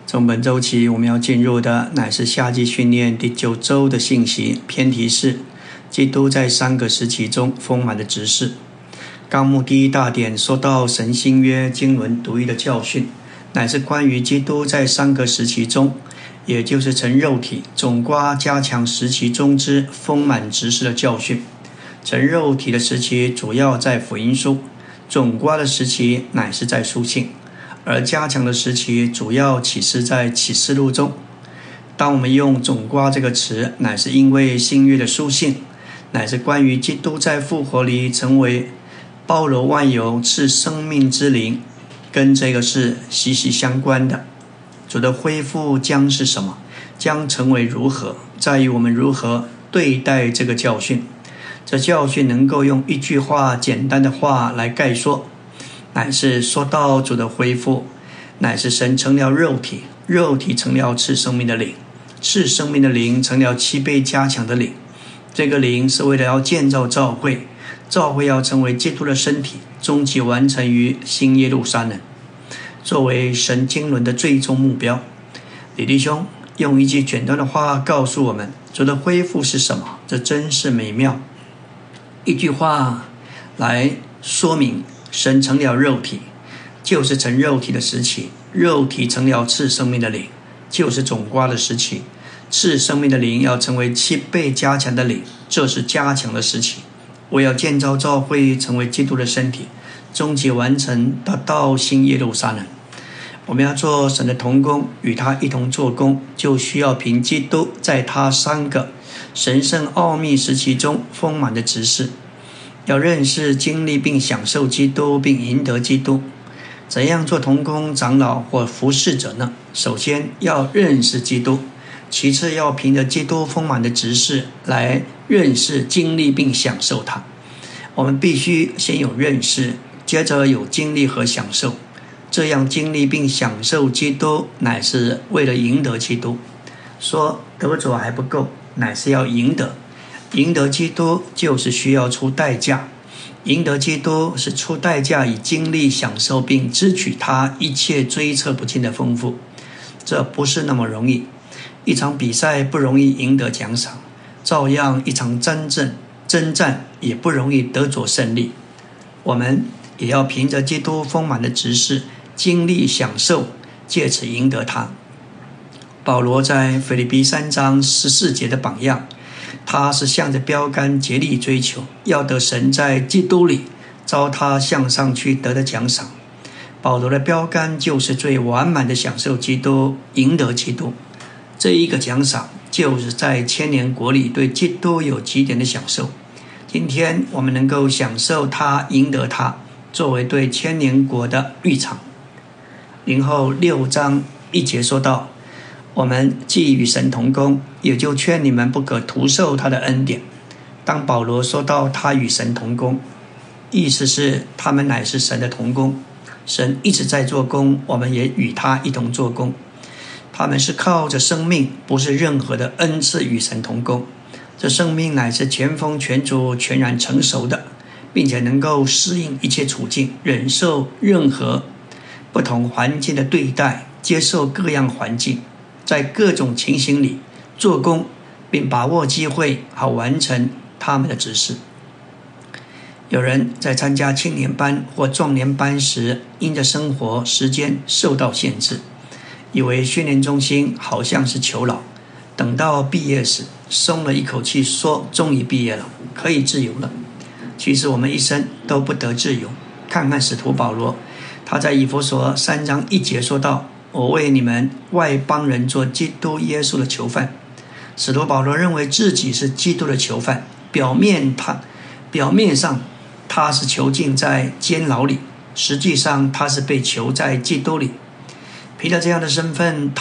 从本周起，我们要进入的乃是夏季训练第9周的信息。偏题是基督在3个时期中丰满的指示。纲目第一大点说到神新约经纶独一的教训，乃是关于基督在3个时期中，也就是成肉体总括加强时期中之丰满指示的教训。成肉体的时期主要在福音书，总括的时期乃是在书信，而加强的时期主要启示在启示录中。当我们用总括这个词，乃是因为新约的书信乃是关于基督在复活里成为包罗万有赐生命之灵，跟这个是息息相关的。主的恢复将是什么，将成为如何，在于我们如何对待这个教训。这教训能够用一句话简单的话来概说，乃是说到主的恢复，乃是神成了肉体，肉体成了赐生命的灵，赐生命的灵成了7倍加强的灵。这个灵是为了要建造教会，教会要成为基督的身体，终极完成于新耶路撒冷，作为神经纶的最终目标。李弟兄用一句简单的话告诉我们主的恢复是什么，这真是美妙。一句话来说明神成了肉体，就是成肉体的时期，肉体成了赐生命的灵，就是总括的时期，赐生命的灵要成为7倍加强的灵，这是加强的时期。我要建造教会成为基督的身体，终极完成达到新耶路撒冷。我们要做神的同工，与他一同做工，就需要凭基督在他3个神圣奥秘时期中丰满的指示。要认识、经历并享受基督，并赢得基督。怎样做同工、长老或服侍者呢？首先要认识基督，其次要凭着基督丰满的指示来认识、经历并享受他。我们必须先有认识，接着有经历和享受。这样经历并享受基督，乃是为了赢得基督。说得着还不够，乃是要赢得。赢得基督就是需要出代价，赢得基督是出代价以经历、享受并支取他一切追测不尽的丰富。这不是那么容易。一场比赛不容易赢得奖赏，照样一场征战也不容易得着胜利。我们也要凭着基督丰满的指示，经历享受，借此赢得他。保罗在腓立比3章14节的榜样，他是向着标杆竭力追求，要得神在基督里照他向上去得的奖赏。保罗的标杆就是最完满的享受基督，赢得基督。这一个奖赏就是在千年国里对基督有极点的享受。今天我们能够享受他，赢得他，作为对千年国的预场。林后6章1节说到，我们既与神同工，也就劝你们不可徒受他的恩典。当保罗说到他与神同工，意思是他们乃是神的同工，神一直在做工，我们也与他一同做工。他们是靠着生命，不是任何的恩赐与神同工。这生命乃是全丰全足、全然成熟的，并且能够适应一切处境，忍受任何不同环境的对待，接受各样环境，在各种情形里做工，并把握机会，好完成他们的指示。有人在参加青年班或壮年班时，因着生活时间受到限制，以为训练中心好像是囚牢，等到毕业时松了一口气，说终于毕业了，可以自由了。其实我们一生都不得自由。看看使徒保罗，他在以弗所3章1节说道，我为你们外邦人做基督耶稣的囚犯。使徒保罗认为自己是基督的囚犯，表面上他是囚禁在监牢里，实际上他是被囚在基督里。凭着这样的身份，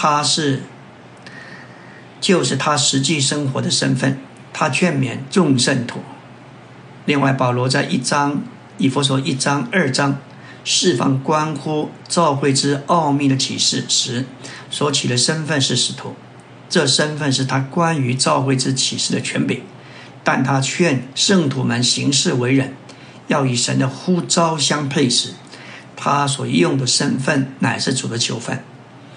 就是他实际生活的身份。他劝勉众圣徒。另外保罗在以弗所1章2章释放关乎教会之奥秘的启示时所起的身份是使徒，这身份是他关于教会之启示的权柄。但他劝圣徒们行事为人，要与神的呼召相配时，他所用的身份乃是主的囚犯。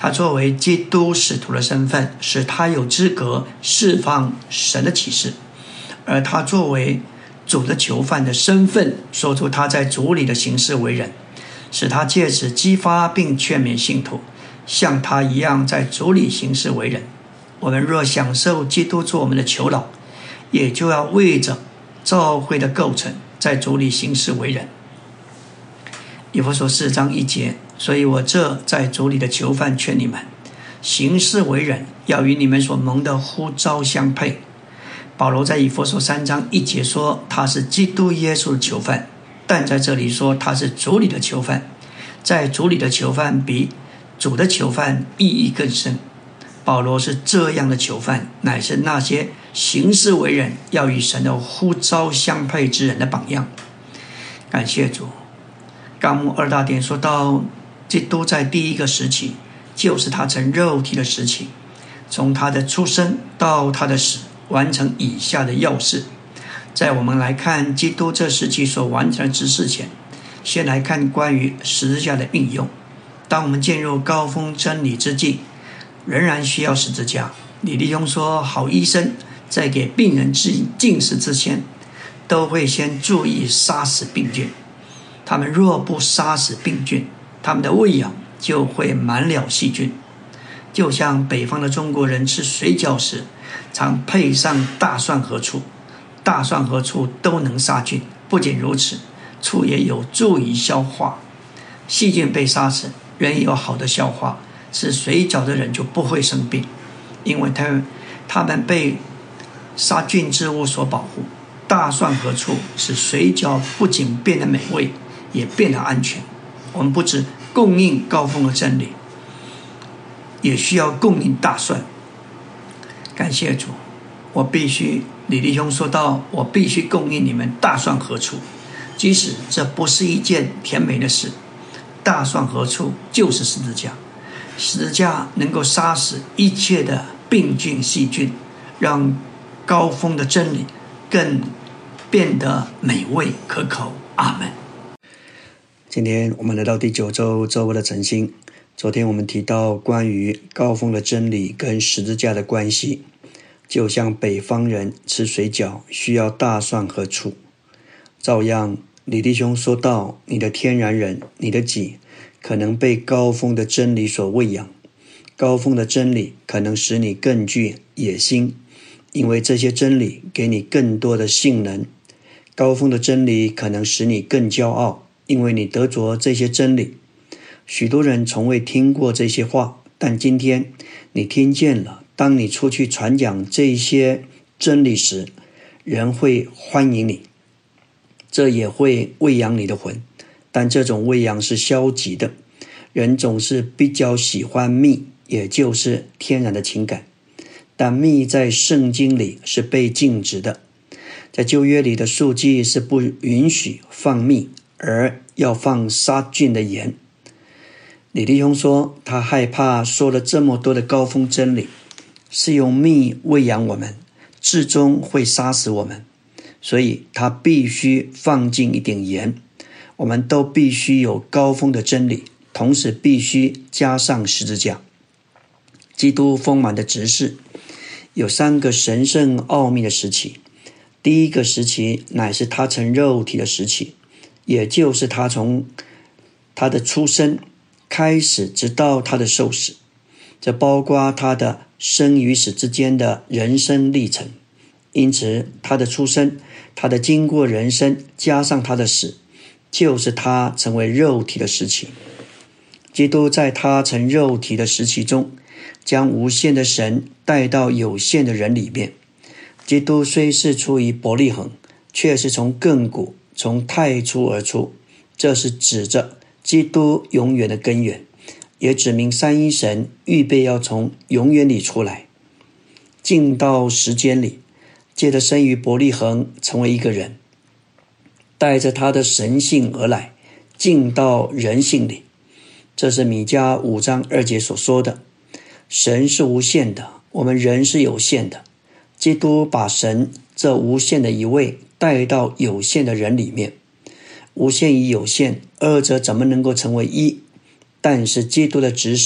他作为基督使徒的身份，使他有资格释放神的启示；而他作为主的囚犯的身份，说出他在主里的行事为人，使他借此激发并劝勉信徒，像他一样在主里行事为人。我们若享受基督做我们的囚牢，也就要为着教会的构成，在主里行事为人。以弗所4章1节，所以我这在主里的囚犯劝你们，行事为人，要与你们所蒙的呼召相配。保罗在以弗所3章1节说他是基督耶稣的囚犯，但在这里说他是主里的囚犯。在主里的囚犯比主的囚犯意义更深。保罗是这样的囚犯，乃是那些行事为人要与神的呼召相配之人的榜样。感谢主。纲目2大点说到基督在第一个时期，就是他成肉体的时期，从他的出生到他的死，完成以下的要事。在我们来看基督这时期所完成的之事前，先来看关于十字架的运用。当我们进入高峰真理之际，仍然需要十字架。李弟兄说，好医生在给病人进食之前，都会先注意杀死病菌。他们若不杀死病菌，他们的胃养就会满了细菌。就像北方的中国人吃水饺时，常配上大蒜和醋。大蒜和醋都能杀菌，不仅如此，醋也有助于消化。细菌被杀死，人有好的消化，吃水饺的人就不会生病，因为他们被杀菌之物所保护。大蒜和醋使水饺不仅变得美味，也变得安全。我们不只供应高峰的真理，也需要供应大蒜。感谢主，李弟兄说到，我必须供应你们大蒜和醋，即使这不是一件甜美的事。大蒜和醋就是十字架，十字架能够杀死一切的病菌细菌，让高峰的真理更变得美味可口。阿们。今天我们来到第9周周二的晨星。昨天我们提到关于高峰的真理跟十字架的关系，就像北方人吃水饺需要大蒜和醋，照样李弟兄说到，你的天然人，你的己可能被高峰的真理所喂养。高峰的真理可能使你更具野心，因为这些真理给你更多的性能。高峰的真理可能使你更骄傲，因为你得着这些真理。许多人从未听过这些话，但今天你听见了。当你出去传讲这些真理时，人会欢迎你，这也会喂养你的魂。但这种喂养是消极的，人总是比较喜欢蜜，也就是天然的情感。但蜜在圣经里是被禁止的，在旧约里的数记是不允许放蜜，而要放杀菌的盐。李弟兄说，他害怕说了这么多的高峰真理，是用蜜喂养我们，至终会杀死我们，所以他必须放进一点盐。我们都必须有高峰的真理，同时必须加上十字架。基督丰满的执事有3个神圣奥秘的时期。第一个时期乃是他成肉体的时期，也就是他从他的出生开始直到他的受死，这包括他的生与死之间的人生历程。因此他的出生，他的经过人生加上他的死，就是他成为肉体的时期。基督在他成肉体的时期中，将无限的神带到有限的人里面。基督虽是出于伯利恒，却是从亘古从太初而出，这是指着基督永远的根源，也指明三一神预备要从永远里出来，进到时间里，借着生于伯利恒成为一个人，带着他的神性而来，进到人性里。这是米迦5章2节所说的。神是无限的，我们人是有限的。基督把神这无限的一位带到有限的人里面。无限与有限，二者怎么能够成为一？但是基督的执事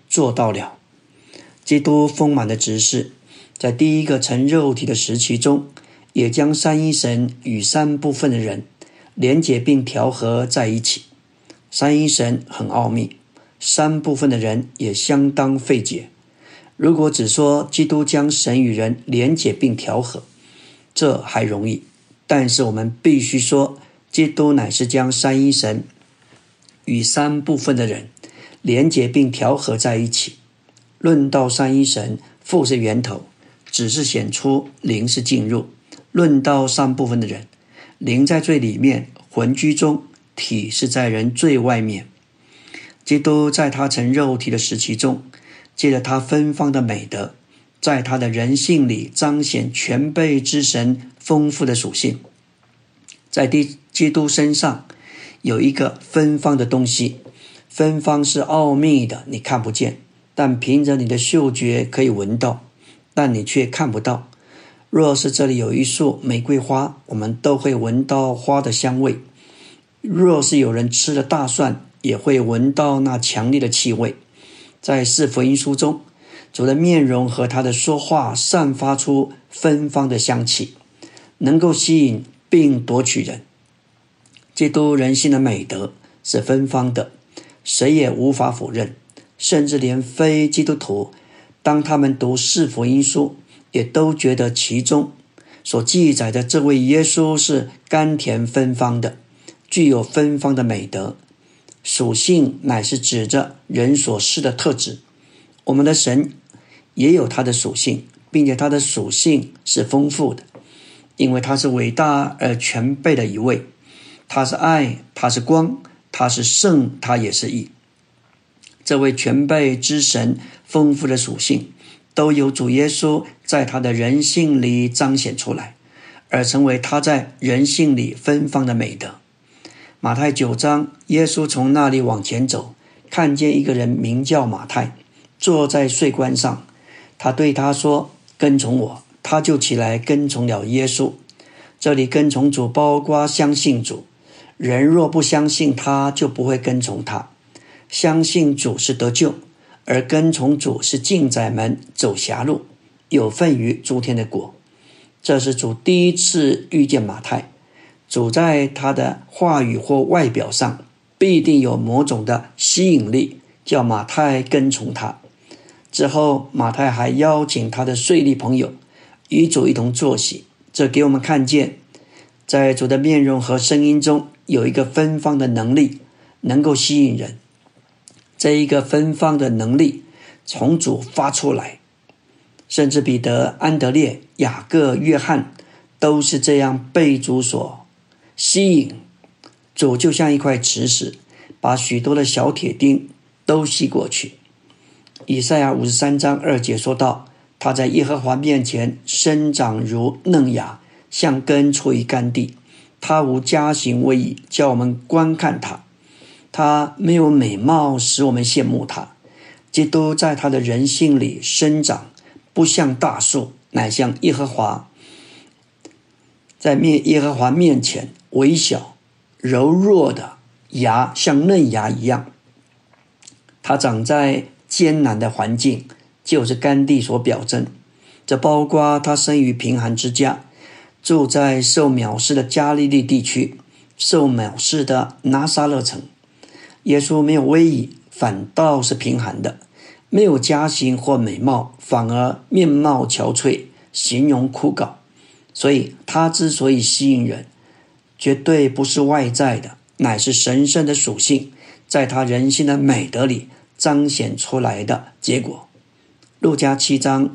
做到了。基督丰满的执事，在第一个成肉体的时期中，也将三一神与三部分的人连结并调和在一起。三一神很奥秘，三部分的人也相当费解。如果只说基督将神与人连结并调和，这还容易，但是我们必须说，基督乃是将三一神与三部分的人连结并调和在一起。论到三一神，父是源头，只是显出灵是进入。论到三部分的人，灵在最里面，魂居中，体是在人最外面。基督在他成肉体的时期中，借着他芬芳的美德，在他的人性里彰显全备之神丰富的属性。在基督身上有一个芬芳的东西，芬芳是奥秘的，你看不见，但凭着你的嗅觉可以闻到，但你却看不到。若是这里有一束玫瑰花，我们都会闻到花的香味。若是有人吃了大蒜，也会闻到那强烈的气味。在四福音书中，主的面容和他的说话散发出芬芳的香气，能够吸引并夺取人。基督人性的美德是芬芳的，谁也无法否认，甚至连非基督徒，当他们读四福音书，也都觉得其中所记载的这位耶稣是甘甜芬芳的，具有芬芳的美德。属性乃是指着人所示的特质。我们的神也有他的属性，并且他的属性是丰富的，因为他是伟大而全备的一位。他是爱，他是光，他是圣，他也是义。这位全备之神丰富的属性，都由主耶稣在他的人性里彰显出来，而成为他在人性里芬芳的美德。马太9章，耶稣从那里往前走，看见一个人名叫马太，坐在税关上。他对他说：跟从我。他就起来跟从了耶稣。这里跟从主包括相信主，人若不相信他，就不会跟从他。相信主是得救，而跟从主是进窄门走狭路，有份于诸天的国。这是主第一次遇见马太。主在他的话语或外表上必定有某种的吸引力，叫马太跟从他。之后马太还邀请他的税吏朋友与主一同坐席，这给我们看见在主的面容和声音中有一个芬芳的能力，能够吸引人。这一个芬芳的能力从主发出来，甚至彼得、安德烈、雅各、约翰都是这样被主所吸引。主就像一块磁石，把许多的小铁钉都吸过去。以赛亚53章2节说到，他在耶和华面前生长如嫩芽，像根出于干地。他无家形威仪，叫我们观看他。他没有美貌，使我们羡慕他。基督在他的人性里生长，不像大树，乃像耶和华，在耶和华面前微小柔弱的芽，像嫩芽一样。它长在艰难的环境，就是干地所表征。这包括他生于贫寒之家，住在受藐视的加利利地区，受藐视的拿撒勒城。耶稣没有威仪，反倒是贫寒的，没有家型或美貌，反而面貌憔悴，形容枯槁。所以他之所以吸引人，绝对不是外在的，乃是神圣的属性在他人性的美德里彰显出来的结果。路加7章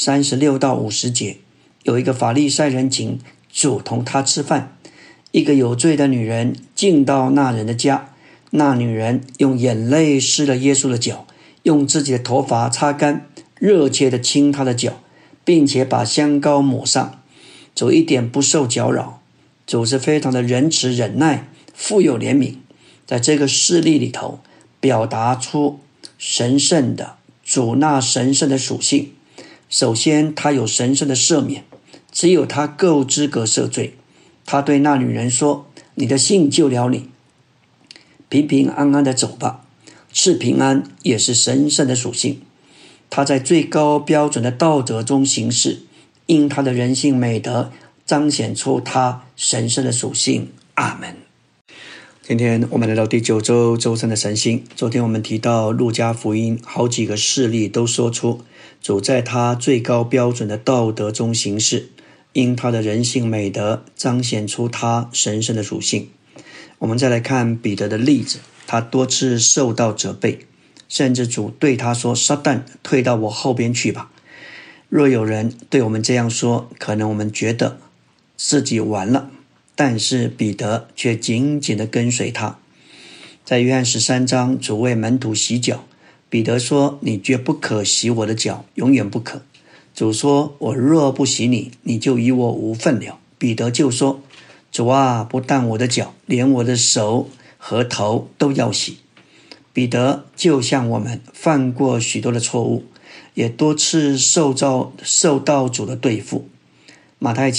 36到50节，有一个法利赛人请主同他吃饭，一个有罪的女人进到那人的家，那女人用眼泪湿了耶稣的脚，用自己的头发擦干，热切地亲他的脚，并且把香膏抹上。主一点不受搅扰，主是非常的仁慈忍耐，富有怜悯。在这个事例里头，表达出神圣的主那神圣的属性。首先，他有神圣的赦免，只有他够资格赦罪。他对那女人说：你的信救了你，平平安安的走吧。 是平安，也是神圣的属性。他在最高标准的道德中行事，因他的人性美德彰显出他神圣的属性。阿们。今天我们来到第9周周三的晨星。昨天我们提到路加福音好几个事例都说出主在他最高标准的道德中行事，因他的人性美德彰显出他神圣的属性。我们再来看彼得的例子，他多次受到责备，甚至主对他说，撒旦，退到我后边去吧。若有人对我们这样说，可能我们觉得自己完了，但是彼得却紧紧地跟随他。在约翰13章，主为门徒洗脚，彼得说，你绝不可洗我的脚，永远不可。主说，我若不洗你，你就与我无分了。彼得就说，主啊，不但我的脚，连我的手和头都要洗。彼得就像我们犯过许多的错误，也多次受到主的对付。马太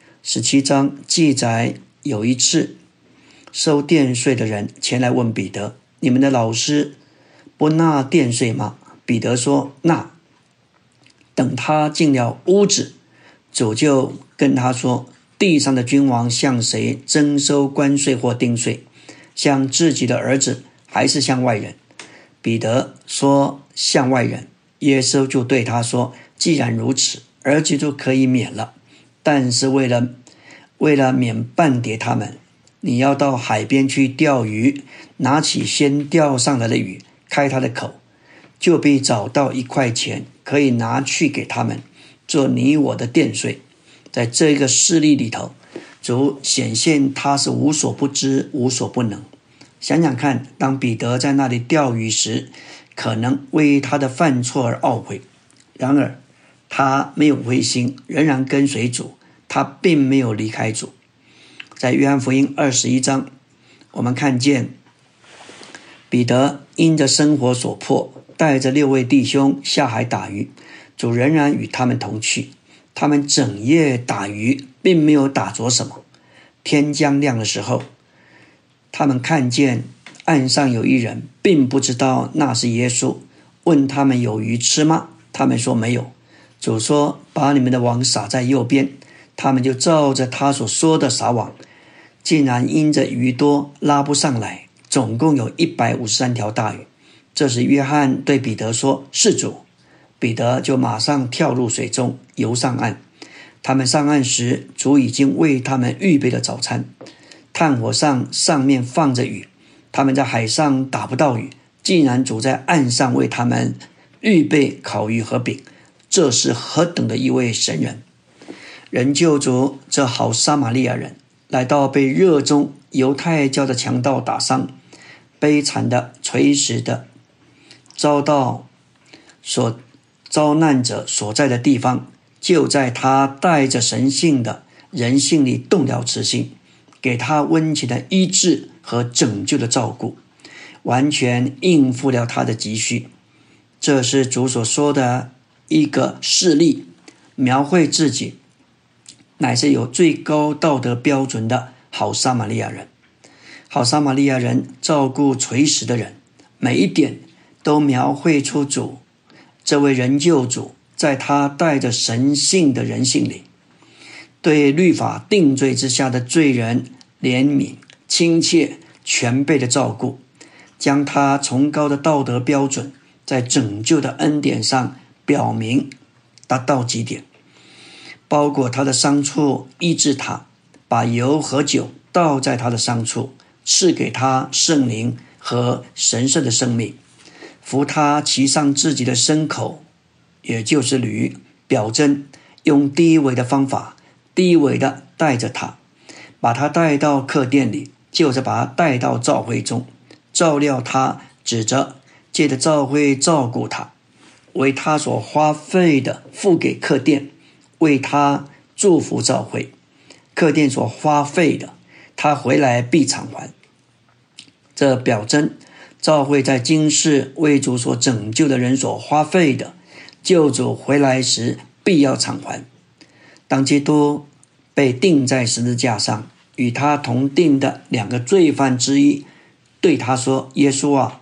17章记载，有一次收殿税的人前来问彼得，你们的老师不纳殿税吗？彼得说，纳。等他进了屋子，主就跟他说，地上的君王向谁征收关税或定税，向自己的儿子还是向外人？彼得说，向外人。耶稣就对他说，既然如此，儿子就可以免了，但是为了免半跌他们，你要到海边去钓鱼，拿起先钓上来的鱼，开他的口，就必找到1块钱，可以拿去给他们，做你我的殿税。在这个事例里头，主显现他是无所不知，无所不能。想想看，当彼得在那里钓鱼时，可能为他的犯错而懊悔，然而他没有灰心，仍然跟随主，他并没有离开主。在约翰福音21章，我们看见彼得因着生活所迫，带着6位弟兄下海打鱼，主仍然与他们同去。他们整夜打鱼，并没有打着什么。天将亮的时候，他们看见岸上有一人，并不知道那是耶稣，问他们有鱼吃吗？他们说没有。主说，把你们的网撒在右边。他们就照着他所说的撒网，竟然因着鱼多拉不上来，总共有153条大鱼。这时约翰对彼得说，是主。彼得就马上跳入水中，游上岸。他们上岸时，主已经为他们预备了早餐，炭火上面放着鱼。他们在海上打不到鱼，竟然主在岸上为他们预备烤鱼和饼。这是何等的一位神人！人救主这好撒玛利亚人，来到被热衷犹太教的强盗打伤，悲惨的垂死的遭难者所在的地方，就在他带着神性的人性里动了慈心，给他温情的医治和拯救的照顾，完全应付了他的急需。这是主所说的一个事例，描绘自己乃是有最高道德标准的好撒玛利亚人。好撒玛利亚人照顾垂死的人，每一点都描绘出主这位人救主在他带着神性的人性里，对律法定罪之下的罪人怜悯、亲切、全备的照顾，将他崇高的道德标准在拯救的恩典上表明达到极点，包裹他的伤处，医治他，把油和酒倒在他的伤处，赐给他圣灵和神圣的生命，扶他骑上自己的牲口，也就是驴，表征用低微的方法，低微的带着他，把他带到客店里，就是把他带到教会中，照料他，指着借着教会照顾他，为他所花费的付给客店，为他祝福教会。客店所花费的，他回来必偿还。这表征教会在今世为主所拯救的人所花费的，救主回来时必要偿还。当基督被钉在十字架上，与他同定的2个罪犯之一对他说，耶稣啊，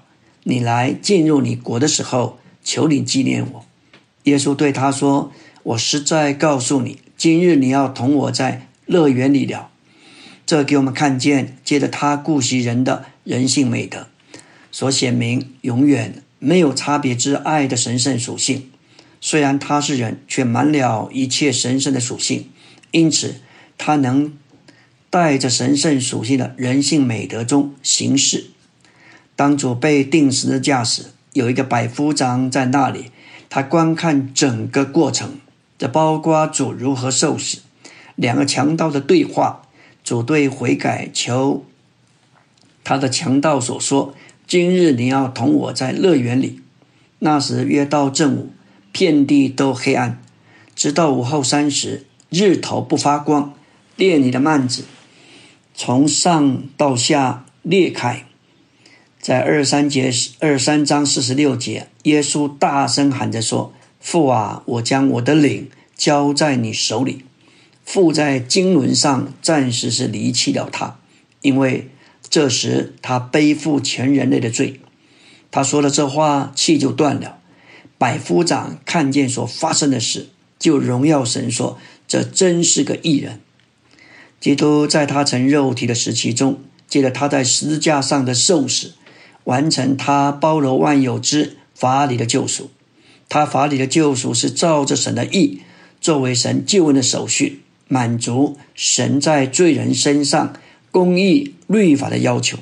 你来进入你国的时候，求你纪念我。耶稣对他说，我实在告诉你，今日你要同我在乐园里了。这给我们看见，借着他顾惜人的人性美德，所显明永远没有差别之爱的神圣属性。虽然他是人，却满了一切神圣的属性，因此他能带着神圣属性的人性美德中行事。当主被钉十字架时，有一个百夫长在那里，他观看整个过程，这包括主如何受死，两个强盗的对话，主对悔改求他的强盗所说，今日你要同我在乐园里。那时约到正午，遍地都黑暗，直到午后3时，日头不发光，列你的幔子从上到下裂开。在23章46节，耶稣大声喊着说，父啊，我将我的灵交在你手里。父在经纶上暂时是离弃了他，因为这时他背负全人类的罪。他说了这话，气就断了。百夫长看见所发生的事，就荣耀神说，这真是个义人。基督在他成肉体的时期中，借着他在十字架上的受死，完成他包罗万有之法理的救赎。他法理的救赎是照着神的义，作为神救恩的手续，满足神在罪人身上公义律法的要求。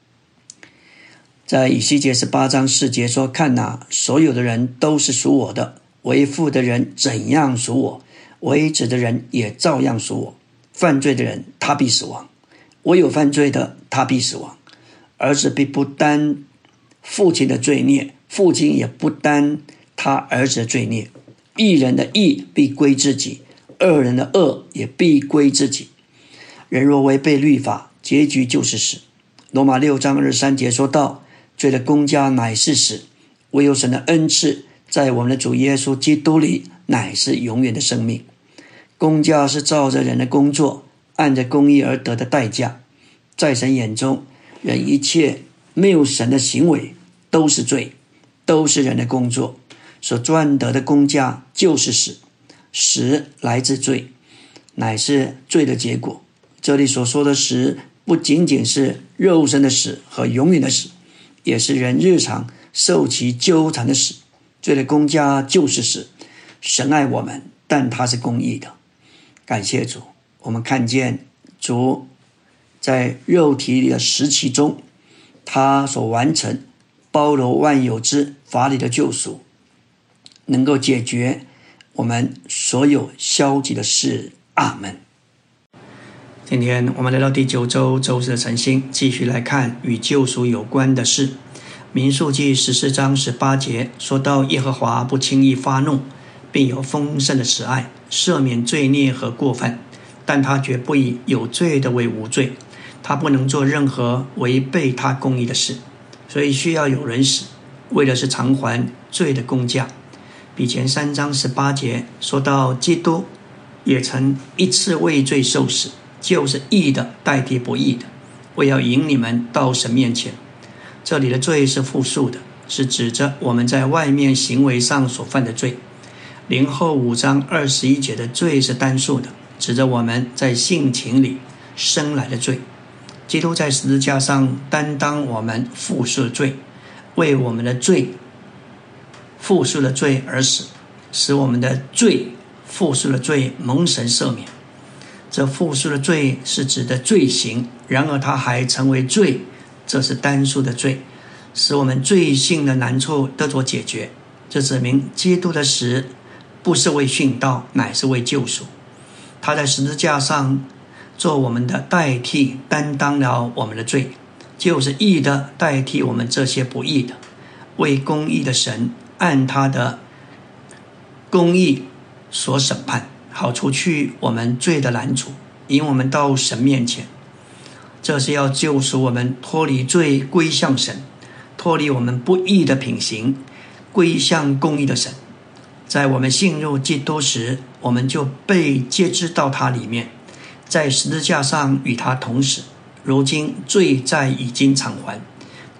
在以西结18章4节说，看哪，所有的人都是属我的，为父的人怎样属我，为子的人也照样属我。犯罪的人他必死亡，我有犯罪的他必死亡。儿子必不担父亲的罪孽，父亲也不担他儿子的罪孽。义人的义必归自己，恶人的恶也必归自己。人若违背律法，结局就是死。罗马6章23节说道，罪的工价乃是死，唯有神的恩赐在我们的主耶稣基督里乃是永远的生命。工价是照着人的工作，按着公义而得的代价。在神眼中，人一切没有神的行为都是罪，都是人的工作，所赚得的工价就是死。死来自罪，乃是罪的结果。这里所说的死，不仅仅是肉身的死和永远的死，也是人日常受其纠缠的死。罪的工价就是死。神爱我们，但他是公义的。感谢主，我们看见主在肉体里的时期中，他所完成包罗万有之法理的救赎，能够解决我们所有消极的事。阿们。 今天我们来到第9周周日的晨星，继续来看与救赎有关的事。民数记14章18节说到，耶和华不轻易发怒，并有丰盛的慈爱，赦免罪孽和过犯，但他绝不以有罪的为无罪，他不能做任何违背他公义的事，所以需要有人死，为的是偿还罪的工价。比前3章18节说到，基督也曾一次为罪受死，就是义的代替不义的，为要引你们到神面前。这里的罪是复数的，是指着我们在外面行为上所犯的罪。林后5章21节的罪是单数的，指着我们在性情里生来的罪。基督在十字架上担当我们复数的罪，为我们的罪复数的罪而死，使我们的罪复数的罪蒙神赦免。这复数的罪是指的罪行，然而它还成为罪，这是单数的罪，使我们罪性的难处得着解决。这指明基督的死不是为殉道，乃是为救赎。他在十字架上做我们的代替，担当了我们的罪，就是义的代替我们这些不义的，为公义的神按他的公义所审判，好除去我们罪的拦阻，引我们到神面前。这是要救赎我们脱离罪，归向神，脱离我们不义的品行，归向公义的神。在我们信入基督时，我们就被接知到他里面，在十字架上与他同死。如今罪债已经偿还，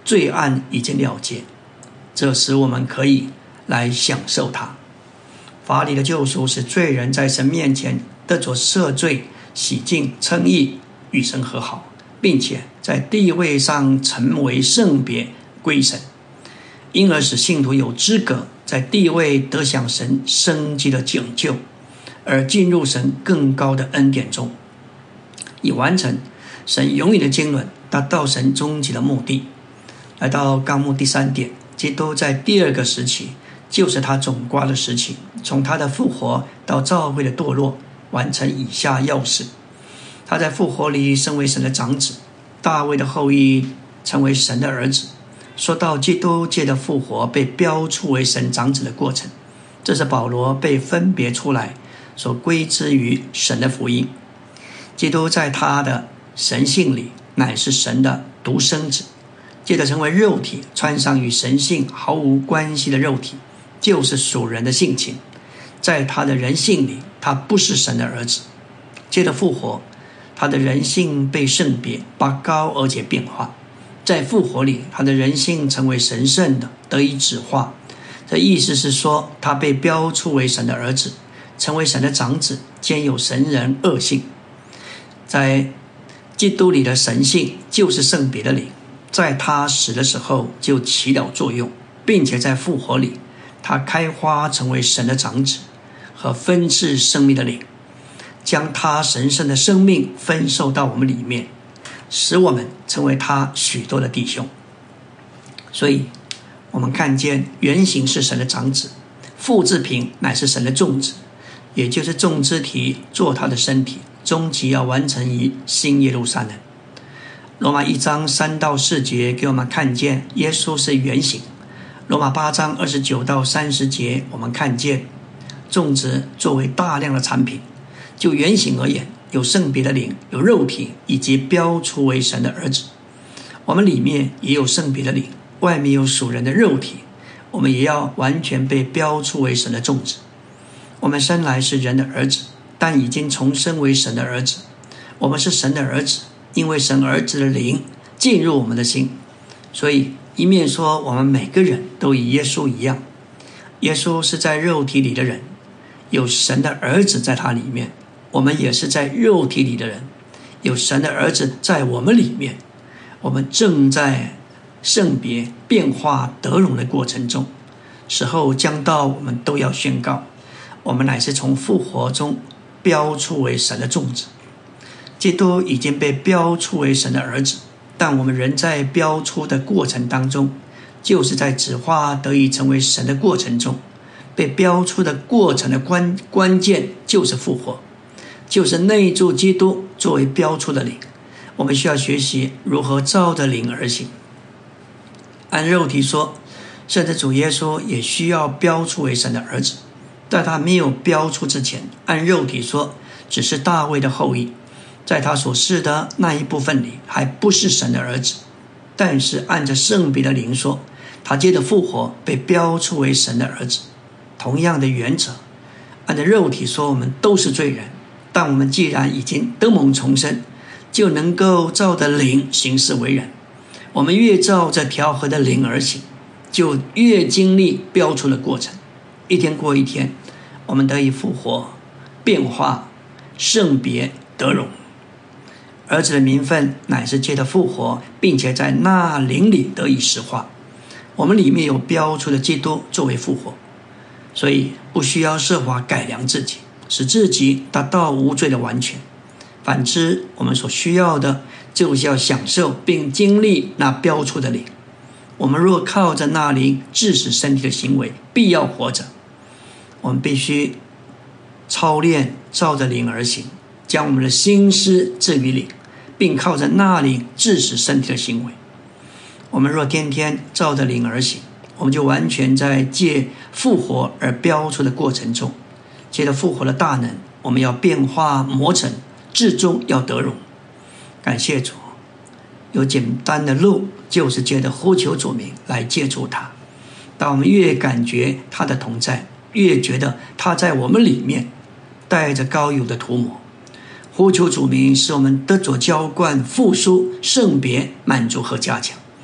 罪案已经了结，这使我们可以来享受它。法理的救赎使罪人在神面前得着赦罪、洗净、称义，与神和好，并且在地位上成为圣别归神，因而使信徒有资格在地位得享神生机的拯救，而进入神更高的恩典中，以完成神永远的经纶，达到神终极的目的。来到纲目第3点，基督在第2个时期，就是他总括的时期，从他的复活到教会的堕落，完成以下要事。他在复活里身为神的长子，大卫的后裔，成为神的儿子。说到基督借着复活被标出为神长子的过程，这是保罗被分别出来所归之于神的福音。基督在他的神性里乃是神的独生子，借着成为肉体，穿上与神性毫无关系的肉体，就是属人的性情。在他的人性里，他不是神的儿子。借着复活，他的人性被圣别、拔高而且变化。在复活里，他的人性成为神圣的，得以指化。这意思是说，他被标出为神的儿子，成为神的长子，兼有神人二性。在基督里的神性就是圣别的灵，在他死的时候就起了作用，并且在复活里，他开花成为神的长子和分赐生命的灵，将他神圣的生命分授到我们里面，使我们成为他许多的弟兄。所以我们看见原型是神的长子，复制品乃是神的种子，也就是种肢体做他的身体，终极要完成于新耶路撒冷。罗马1章3到4节给我们看见耶稣是原型。罗马8章29到30节我们看见种植作为大量的产品。就原型而言，有圣别的灵，有肉体，以及标出为神的儿子。我们里面也有圣别的灵，外面有属人的肉体，我们也要完全被标出为神的种子。我们生来是人的儿子，但已经重生为神的儿子。我们是神的儿子，因为神儿子的灵进入我们的心。所以一面说我们每个人都与耶稣一样，耶稣是在肉体里的人，有神的儿子在他里面，我们也是在肉体里的人，有神的儿子在我们里面。我们正在圣别、变化、得荣的过程中，时候将到，我们都要宣告，我们乃是从复活中标出为神的种子。基督已经被标出为神的儿子，但我们仍在标出的过程当中，就是在子化得以成为神的过程中。被标出的过程的关键就是复活，就是内住基督作为标出的灵。我们需要学习如何照着灵而行。按肉体说，甚至主耶稣也需要标出为神的儿子，在他没有标出之前，按肉体说只是大卫的后裔，在他所示的那一部分里还不是神的儿子。但是按着圣别的灵说，他接着复活，被标出为神的儿子。同样的原则，按照肉体说我们都是罪人，但我们既然已经得蒙重生，就能够照着灵行事为人。我们越照着调和的灵而行，就越经历标出的过程，一天过一天，我们得以复活、变化、圣别、得荣。儿子的名分乃是借着复活，并且在那灵里得以实化。我们里面有标出的基督作为复活，所以不需要设法改良自己，使自己达到无罪的完全。反之，我们所需要的就是要享受并经历那标出的灵。我们若靠着那灵致使身体的行为必要活着，我们必须操练照着灵而行，将我们的心思置于灵，并靠着那灵致使身体的行为。我们若天天照着灵而行，我们就完全在借复活而标出的过程中，借着复活的大能，我们要变化磨成，至终要得荣。感谢主，有简单的路，就是借着呼求主名来借助他。当我们越感觉他的同在，越觉得他在我们里面，带着膏油的涂抹。呼求主名使我们得着浇灌、复苏、圣别、满足和加强。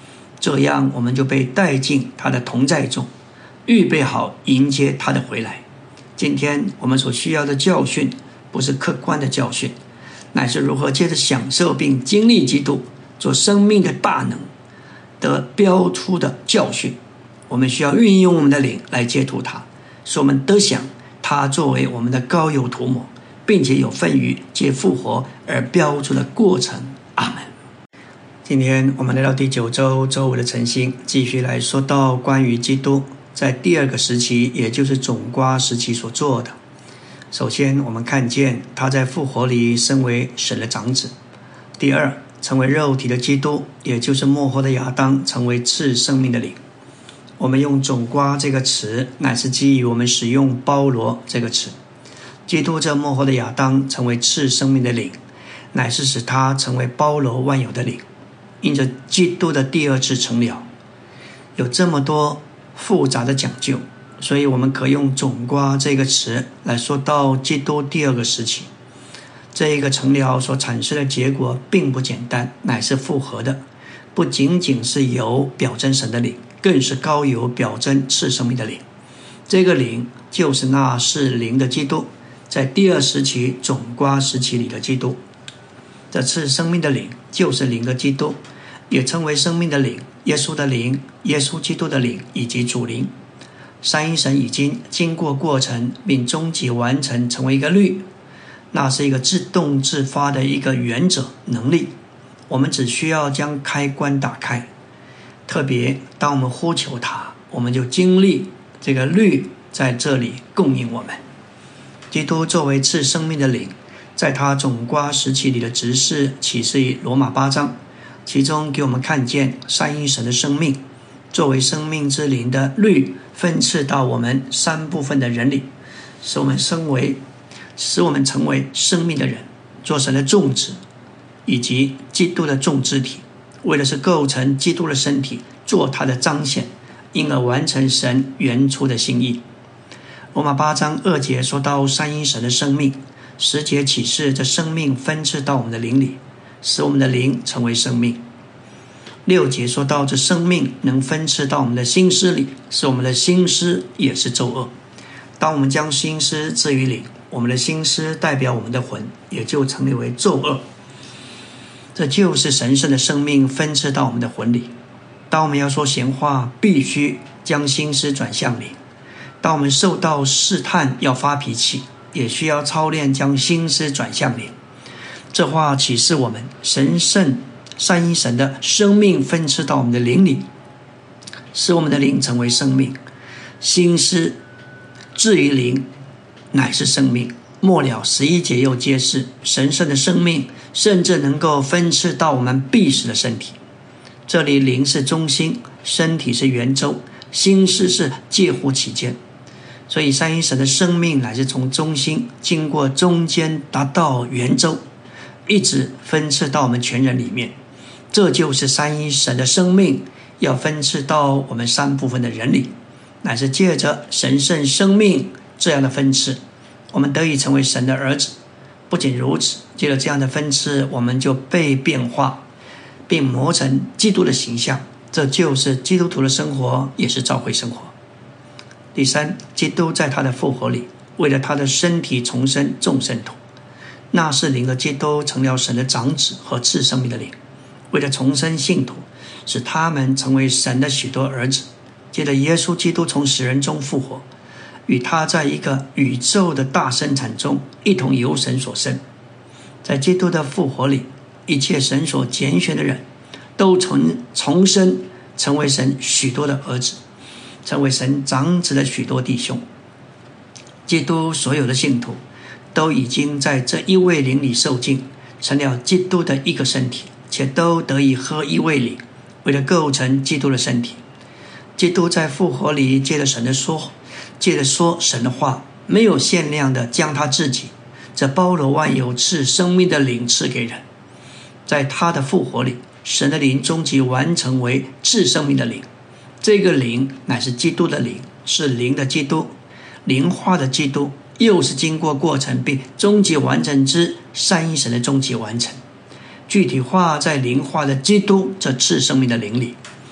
这样我们就被带进他的同在中，预备好迎接他的回来。今天我们所需要的教训不是客观的教训，乃是如何借着享受并经历基督做生命的大能的标出的教训。我们需要运用我们的灵来接触他，使我们得享他作为我们的膏油涂抹，并且有份于借复活而标出的过程。阿们。今天我们来到第9周周五的晨星，继续来说到关于基督在第二个时期，也就是种瓜时期所做的。首先我们看见他在复活里身为神的长子。第二，成为肉体的基督，也就是末后的亚当，成为赐生命的灵。我们用种瓜这个词，乃是基于我们使用包罗这个词。基督这末后的亚当成为赐生命的灵，乃是使他成为包罗万有的灵。因着基督的第二次成了，有这么多复杂的讲究，所以我们可用种瓜这个词来说到基督第二个时期。这一个成了所产生的结果并不简单，乃是复合的，不仅仅是油表征神的灵，更是膏油表征赐生命的灵。这个灵就是那是灵的基督，在第二时期种瓜时期里的基督。这赐生命的灵就是灵的基督，也称为生命的灵、耶稣的灵、耶稣基督的灵以及主灵。三一神已经经过过程并终极完成，成为一个律，那是一个自动自发的一个原则能力，我们只需要将开关打开。特别当我们呼求他，我们就经历这个律在这里供应我们。基督作为赐生命的灵，在他种瓜时期里的执事启示于罗马8章，其中给我们看见三一神的生命作为生命之灵的律分赐到我们三部分的人里，使我们成为生命的人，做神的种子以及基督的种肢体，为的是构成基督的身体，做他的彰显，因而完成神原初的心意。罗马8章2节说到三一神的生命，10节启示这生命分赐到我们的灵里，使我们的灵成为生命。6节说到这生命能分赐到我们的心思里，使我们的心思也是咒恶。当我们将心思置于灵，我们的心思代表我们的魂，也就成立为咒恶。这就是神圣的生命分赐到我们的魂里。当我们要说闲话，必须将心思转向灵。当我们受到试探要发脾气，也需要操练将心思转向灵。这话启示我们神圣三一神的生命分赐到我们的灵里，使我们的灵成为生命。心思置于灵乃是生命。末了11节又揭示神圣的生命甚至能够分赐到我们必死的身体。这里灵是中心，身体是圆周，心思是介乎其间。所以三一神的生命乃是从中心经过中间达到圆周，一直分赐到我们全人里面。这就是三一神的生命要分赐到我们三部分的人里，乃是借着神圣生命这样的分赐，我们得以成为神的儿子。不仅如此，借着这样的分赐，我们就被变化并磨成基督的形象。这就是基督徒的生活，也是教会生活。第三，基督在他的复活里，为了他的身体重生众圣徒。那是灵的基督成了神的长子和赐生命的灵，为了重生信徒，使他们成为神的许多儿子。接着耶稣基督从死人中复活，与他在一个宇宙的大生产中一同由神所生。在基督的复活里，一切神所拣选的人都重生，成为神许多的儿子，成为神长子的许多弟兄。基督所有的信徒都已经在这一位灵里受浸，成了基督的一个身体，且都得以喝一位灵，为了构成基督的身体。基督在复活里借着说神的话，没有限量的将他自己这包罗万有赐生命的灵赐给人。在他的复活里，神的灵终极完成为赐生命的灵。这个灵乃是基督的灵，是灵的基督，灵化的基督，又是经过过程并终极完成之三一神的终极完成，具体化在灵化的基督这赐生命的灵里。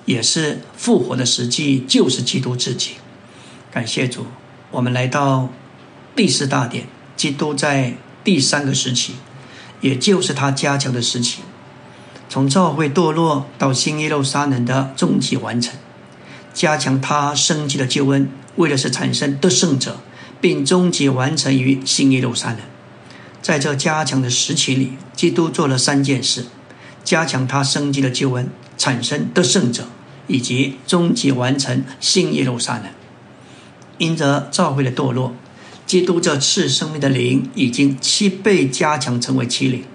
也是复活的实际，就是基督自己。感谢主，我们来到第四大点，基督在第三个时期，也就是他加强的时期，从教会堕落到新耶路撒冷的终极完成，加强他生机的救恩，为的是产生得胜者，并终极完成于新耶路撒冷。在这加强的时期里，基督做了三件事：加强他生机的救恩，产生得胜者，以及终极完成新耶路撒冷。因着教会的堕落，基督这赐生命的灵已经7倍加强成为7灵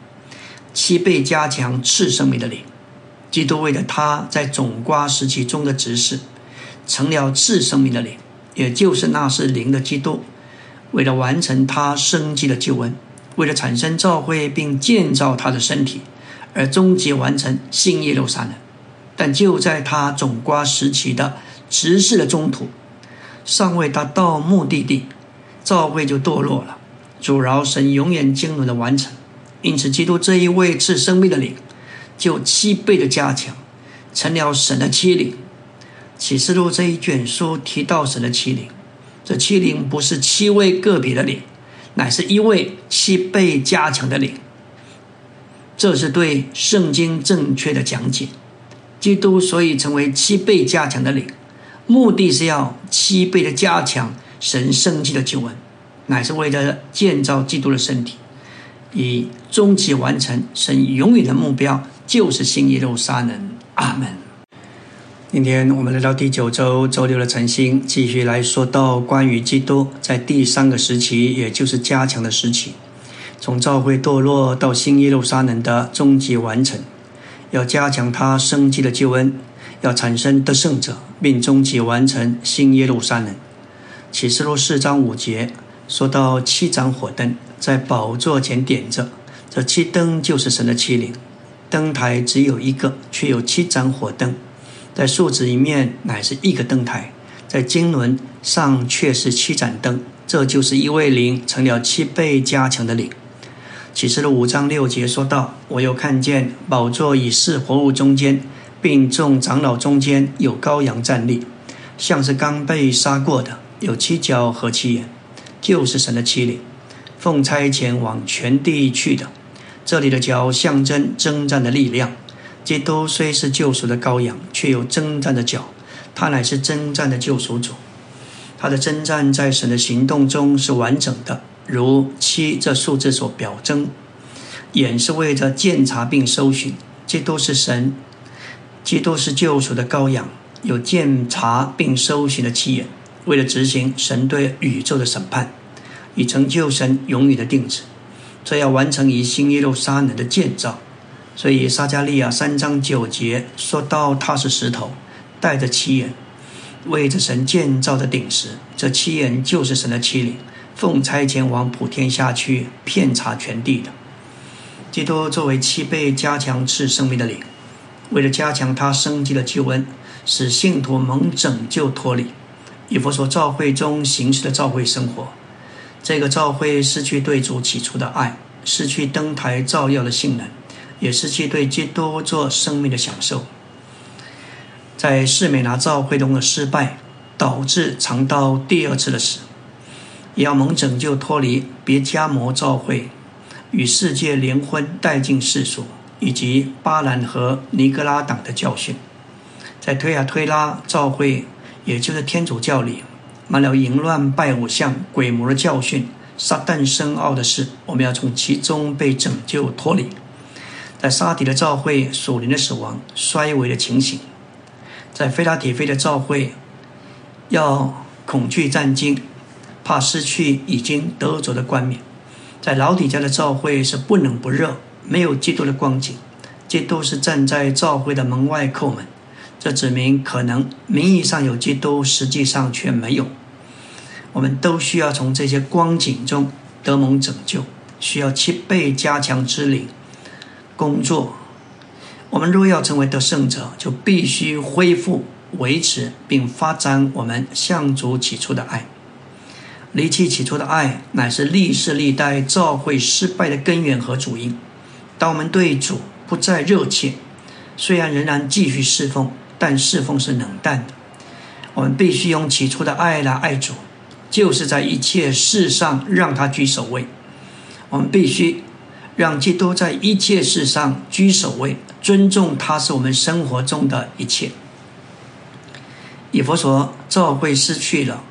，7倍加强赐生命的灵。基督为了他在总括时期中的职事，成了赐生命的灵，也就是那是灵的基督。为了完成他生机的救恩，为了产生教会并建造他的身体，而终极完成新耶路撒冷。但就在他总括时期的职事的中途，尚未达到目的地，教会就堕落了，阻挠神永远经纶的完成。因此基督这一位赐生命的灵就7倍的加强，成了神的7灵。启示录这一卷书提到神的7灵，这7灵不是7位个别的灵，乃是一位7倍加强的灵。这是对圣经正确的讲解。基督所以成为7倍加强的灵，目的是要7倍的加强神生机的救恩，乃是为了建造基督的身体，以终极完成神永远的目标，就是新耶路撒冷。阿们。今天我们来到第9周周六的晨星，继续来说到关于基督在第3个时期，也就是加强的时期，从教会堕落到新耶路撒冷的终极完成，要加强他生机的救恩，要产生得胜者，并终极完成新耶路撒冷。启示录4章5节说到7盏火灯在宝座前点着，这7灯就是神的7灵。灯台只有一个，却有7盏火灯，在树子一面乃是一个灯台，在经纶上却是7盏灯，这就是一位灵成了7倍加强的灵。启示录5章6节说到，我又看见宝座与4活物中间，并众长老中间有羔羊站立，像是刚被杀过的，有7角和7眼，就是神的7灵，奉差遣往全地去的。这里的角象征征战的力量。基督虽是救赎的羔羊，却有征战的角，他乃是征战的救赎主。他的征战在神的行动中是完整的，如7这数字所表征。眼是为着鉴察并搜寻，基督是神，基督是救赎的羔羊，有鉴察并搜寻的7眼，为了执行神对宇宙的审判，以成就神永远的定旨。这要完成以新耶路撒冷的建造。所以撒迦利亚3章9节说到他是石头，带着7眼，为着神建造的顶石。这7眼就是神的7灵，奉差遣往普天下去，遍察全地的。基督作为7倍加强赐生命的灵，为了加强他生机的救恩，使信徒蒙拯救脱离以弗所教会中行事的教会生活。这个教会失去对主起初的爱，失去灯台照耀的性能，也失去对基督做生命的享受。在士美拿教会中的失败，导致尝到第2次的死，也要蒙拯救脱离别迦摩教会与世界联婚带进世俗，以及巴兰和尼格拉党的教训。在推亚推拉教会，也就是天主教里，满了淫乱、拜偶像、鬼魔的教训，撒旦深奥的事，我们要从其中被拯救脱离。在沙底的教会，属灵的死亡、衰微的情形；在非拉铁非的教会，要恐惧战惊，怕失去已经得着的冠冕；在老底家的教会是不冷不热，没有基督的光景，基督是站在教会的门外叩门。这指明可能名义上有基督，实际上却没有。我们都需要从这些光景中得蒙拯救，需要7倍加强之灵工作。我们若要成为得胜者，就必须恢复、维持并发展我们向主起初的爱。离弃起初的爱，乃是历世历代教会失败的根源和主因。当我们对主不再热切，虽然仍然继续侍奉， 但侍奉是冷淡的。我们必须用起初的爱来爱主，就是在一切事上让他居首位。我们必须让基督在一切事上居首位，尊重他是我们生活中的一切。以弗所教会失去了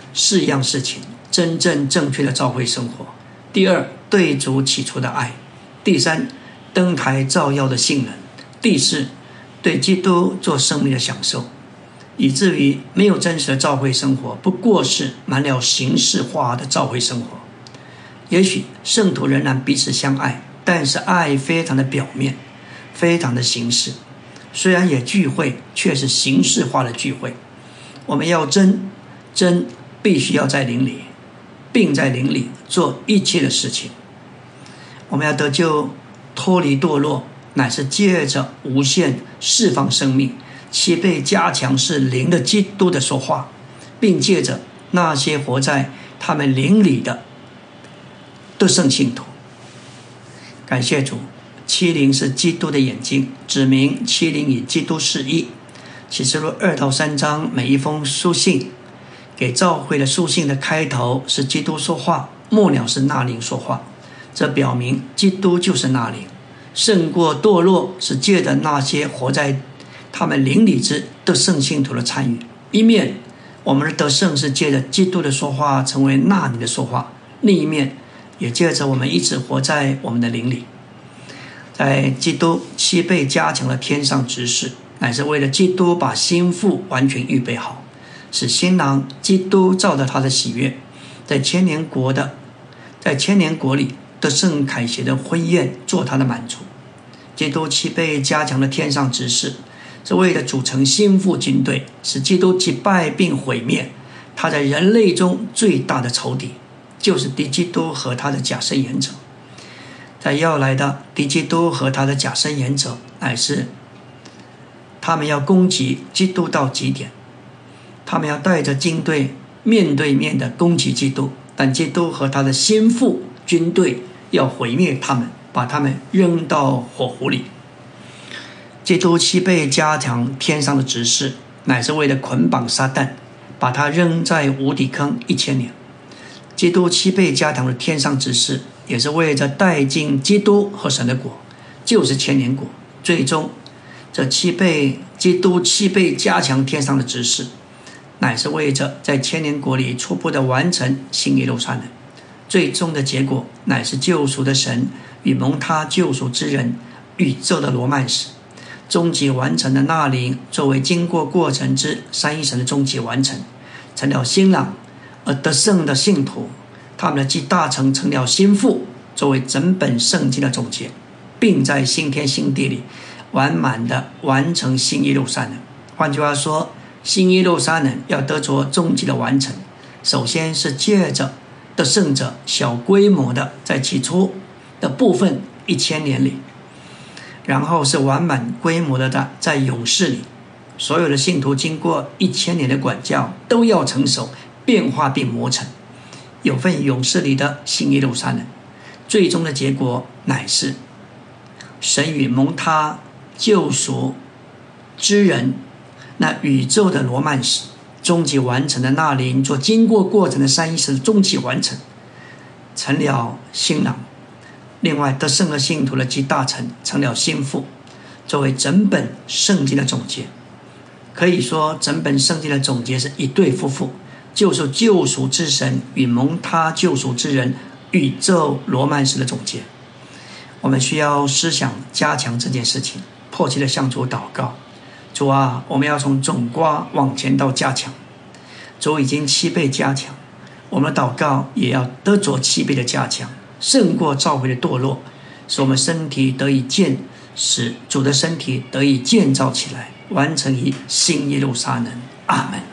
4样事情：真正正确的教会生活；第二，对主起初的爱；第三，登台照耀的信任；第四，对基督做生命的享受。以至于没有真实的教会生活，不过是满了形式化的教会生活。也许圣徒仍然彼此相爱，但是爱非常的表面，非常的形式。虽然也聚会，却是形式化的聚会。我们要真必须要在灵里，并在灵里做一切的事情。我们要得救脱离堕落，乃是借着无限释放生命，其被加强是灵的基督的说话，并借着那些活在他们灵里的圣信徒。感谢主，欺凌是基督的眼睛，指明欺凌与基督是一。启示录2到3章每一封书信给教会的书信的开头是基督说话，末了是那灵说话，这表明基督就是那灵。胜过堕落是借着那些活在他们灵里之得胜信徒的参与。一面我们的得胜是借着基督的说话成为那灵的说话，另一面也借着我们一直活在我们的灵里。在基督7倍加强了天上执事，乃是为了基督把心腹完全预备好，使新郎基督照着他的喜悦，在千年国里得胜凯旋的婚宴做他的满足。基督7倍加强了天上执事，是为了组成心腹军队，使基督击败并毁灭他在人类中最大的仇敌，就是敌基督和他的假申言者。在要来的敌基督和他的假申言者，乃是他们要攻击基督到极点，他们要带着军队面对面的攻击基督，但基督和他的心腹军队要毁灭他们，把他们扔到火湖里。基督7倍加强天上的执事，乃是为了捆绑撒旦，把他扔在无底坑1000年。基督7倍加强的天上执事，也是为着带进基督和神的国，就是千年国。最终这基督7倍加强天上的执事，乃是为着在千年国里初步的完成新耶路撒冷。最终的结果乃是救赎的神与蒙他救赎之人宇宙的罗曼史，终极完成的那灵作为经过过程之三一神的终极完成，成了新郎而得胜的信徒，他们的集大成成了心腹，作为整本圣经的总结，并在新天新地里完满的完成新耶路撒冷。换句话说，新耶路撒冷要得着终极的完成，首先是借着得胜者小规模的在起初的部分1000年里，然后是完满规模的在勇士里。所有的信徒经过1000年的管教，都要成熟变化并磨成，有份勇士里的新耶路撒冷。最终的结果乃是神与蒙他救赎之人那宇宙的罗曼史终极完成的那灵做经过过程的三一神的终极完成，成了新郎。另外得胜的信徒的集大成成了心腹，作为整本圣经的总结。可以说整本圣经的总结是一对夫妇，就是救赎之神与蒙他救赎之人宇宙罗曼史的总结。我们需要思想加强这件事情，迫切的向主祷告。主啊，我们要从总括往前到加强。主已经7倍加强，我们的祷告也要得着7倍的加强，胜过教会的堕落，使我们身体得以使主的身体得以建造起来，完成于新耶路撒冷。阿们。